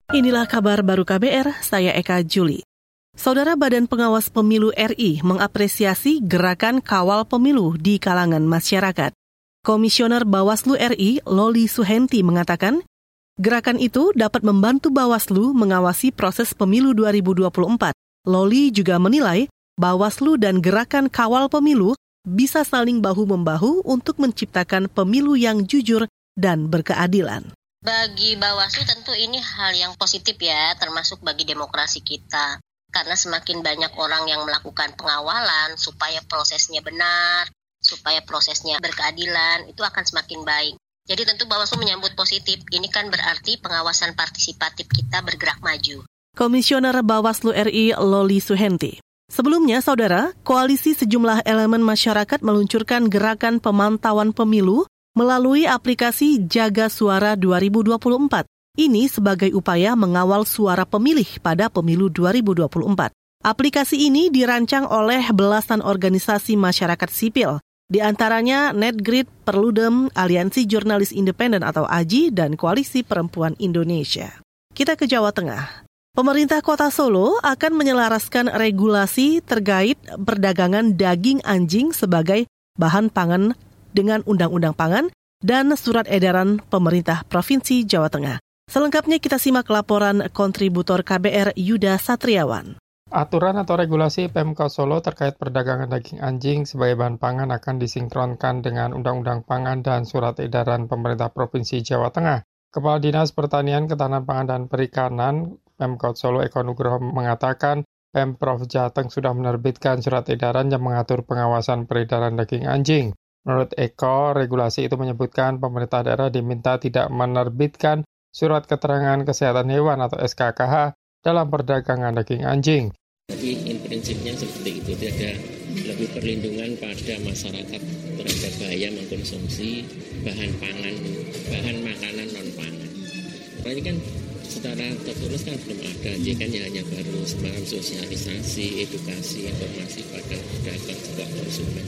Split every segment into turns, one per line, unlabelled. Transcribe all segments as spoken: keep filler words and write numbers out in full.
Inilah kabar baru K B R, saya Eka Juli. Saudara Badan Pengawas Pemilu R I mengapresiasi gerakan kawal pemilu di kalangan masyarakat. Komisioner Bawaslu R I, Loli Suhenti, mengatakan, gerakan itu dapat membantu Bawaslu mengawasi proses pemilu dua ribu dua puluh empat. Loli juga menilai Bawaslu dan gerakan kawal pemilu bisa saling bahu-membahu untuk menciptakan pemilu yang jujur dan berkeadilan.
Bagi Bawaslu tentu ini hal yang positif ya, termasuk bagi demokrasi kita. Karena semakin banyak orang yang melakukan pengawalan supaya prosesnya benar, supaya prosesnya berkeadilan, itu akan semakin baik. Jadi tentu Bawaslu menyambut positif. Ini kan berarti pengawasan partisipatif kita bergerak maju.
Komisioner Bawaslu R I, Loli Suhenti. Sebelumnya, saudara, koalisi sejumlah elemen masyarakat meluncurkan gerakan pemantauan pemilu melalui aplikasi Jaga Suara dua ribu dua puluh empat. Ini sebagai upaya mengawal suara pemilih pada pemilu dua ribu dua puluh empat. Aplikasi ini dirancang oleh belasan organisasi masyarakat sipil, di antaranya Netgrid, Perludem, Aliansi Jurnalis Independen atau A J I, dan Koalisi Perempuan Indonesia. Kita ke Jawa Tengah. Pemerintah Kota Solo akan menyelaraskan regulasi terkait perdagangan daging anjing sebagai bahan pangan dengan Undang-Undang Pangan dan Surat Edaran Pemerintah Provinsi Jawa Tengah. Selengkapnya kita simak laporan kontributor K B R Yuda Satriawan.
Aturan atau regulasi Pemkot Solo terkait perdagangan daging anjing sebagai bahan pangan akan disinkronkan dengan Undang-Undang Pangan dan Surat Edaran Pemerintah Provinsi Jawa Tengah. Kepala Dinas Pertanian, Ketahanan Pangan dan Perikanan Pemkot Solo Eko Nugroho mengatakan Pemprov Jateng sudah menerbitkan surat edaran yang mengatur pengawasan peredaran daging anjing. Menurut Eko, regulasi itu menyebutkan pemerintah daerah diminta tidak menerbitkan surat keterangan kesehatan hewan atau S K K H dalam perdagangan daging anjing.
Tapi in prinsipnya seperti itu, ada lebih perlindungan pada masyarakat terhadap bahaya mengkonsumsi bahan pangan, bahan makanan non-pangan. Karena ini kan secara tertulis kan belum ada, jadi kan ya hanya baru semacam sosialisasi, edukasi, informasi pada pedagang juga konsumen.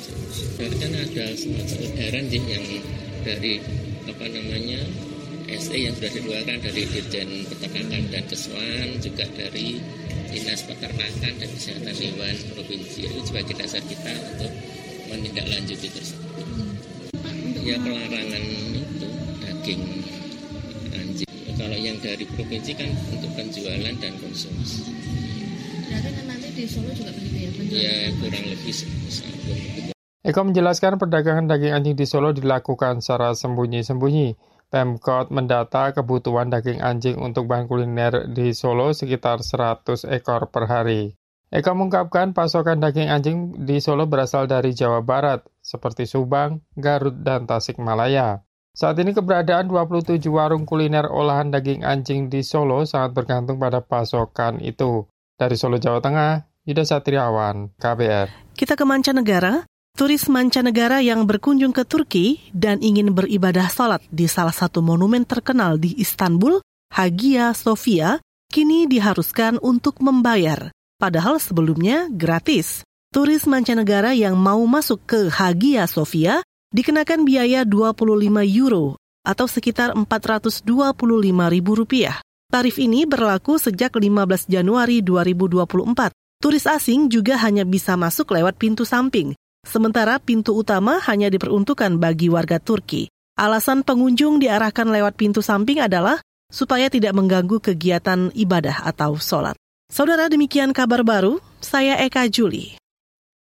Dan kan ada semacam edaran yang dari apa namanya S E yang sudah dikeluarkan dari Dirjen Peternakan dan Keswan, juga dari Dinas Peternakan dan Kesehatan Hewan Provinsi, itu sebagai dasar kita untuk menindaklanjuti tersebut. Ya pelarangan itu daging anjing. Kalau yang dari provinsi kan untuk penjualan dan konsumsi.
Berarti kan nanti di Solo juga begitu ya? Penjualan
ya kurang lebih sama.
Eko menjelaskan perdagangan daging anjing di Solo dilakukan secara sembunyi-sembunyi. Pemkot mendata kebutuhan daging anjing untuk bahan kuliner di Solo sekitar seratus ekor per hari. Eko mengungkapkan pasokan daging anjing di Solo berasal dari Jawa Barat, seperti Subang, Garut, dan Tasikmalaya. Saat ini keberadaan dua puluh tujuh warung kuliner olahan daging anjing di Solo sangat bergantung pada pasokan itu. Dari Solo, Jawa Tengah, Yuda Satriawan, K B R.
Kita ke mancanegara. Turis mancanegara yang berkunjung ke Turki dan ingin beribadah salat di salah satu monumen terkenal di Istanbul, Hagia Sophia, kini diharuskan untuk membayar. Padahal sebelumnya gratis. Turis mancanegara yang mau masuk ke Hagia Sophia dikenakan biaya dua puluh lima euro atau sekitar empat ratus dua puluh lima ribu rupiah. Tarif ini berlaku sejak lima belas Januari dua ribu dua puluh empat. Turis asing juga hanya bisa masuk lewat pintu samping. Sementara pintu utama hanya diperuntukkan bagi warga Turki. Alasan pengunjung diarahkan lewat pintu samping adalah supaya tidak mengganggu kegiatan ibadah atau sholat. Saudara, demikian kabar baru, saya Eka Juli.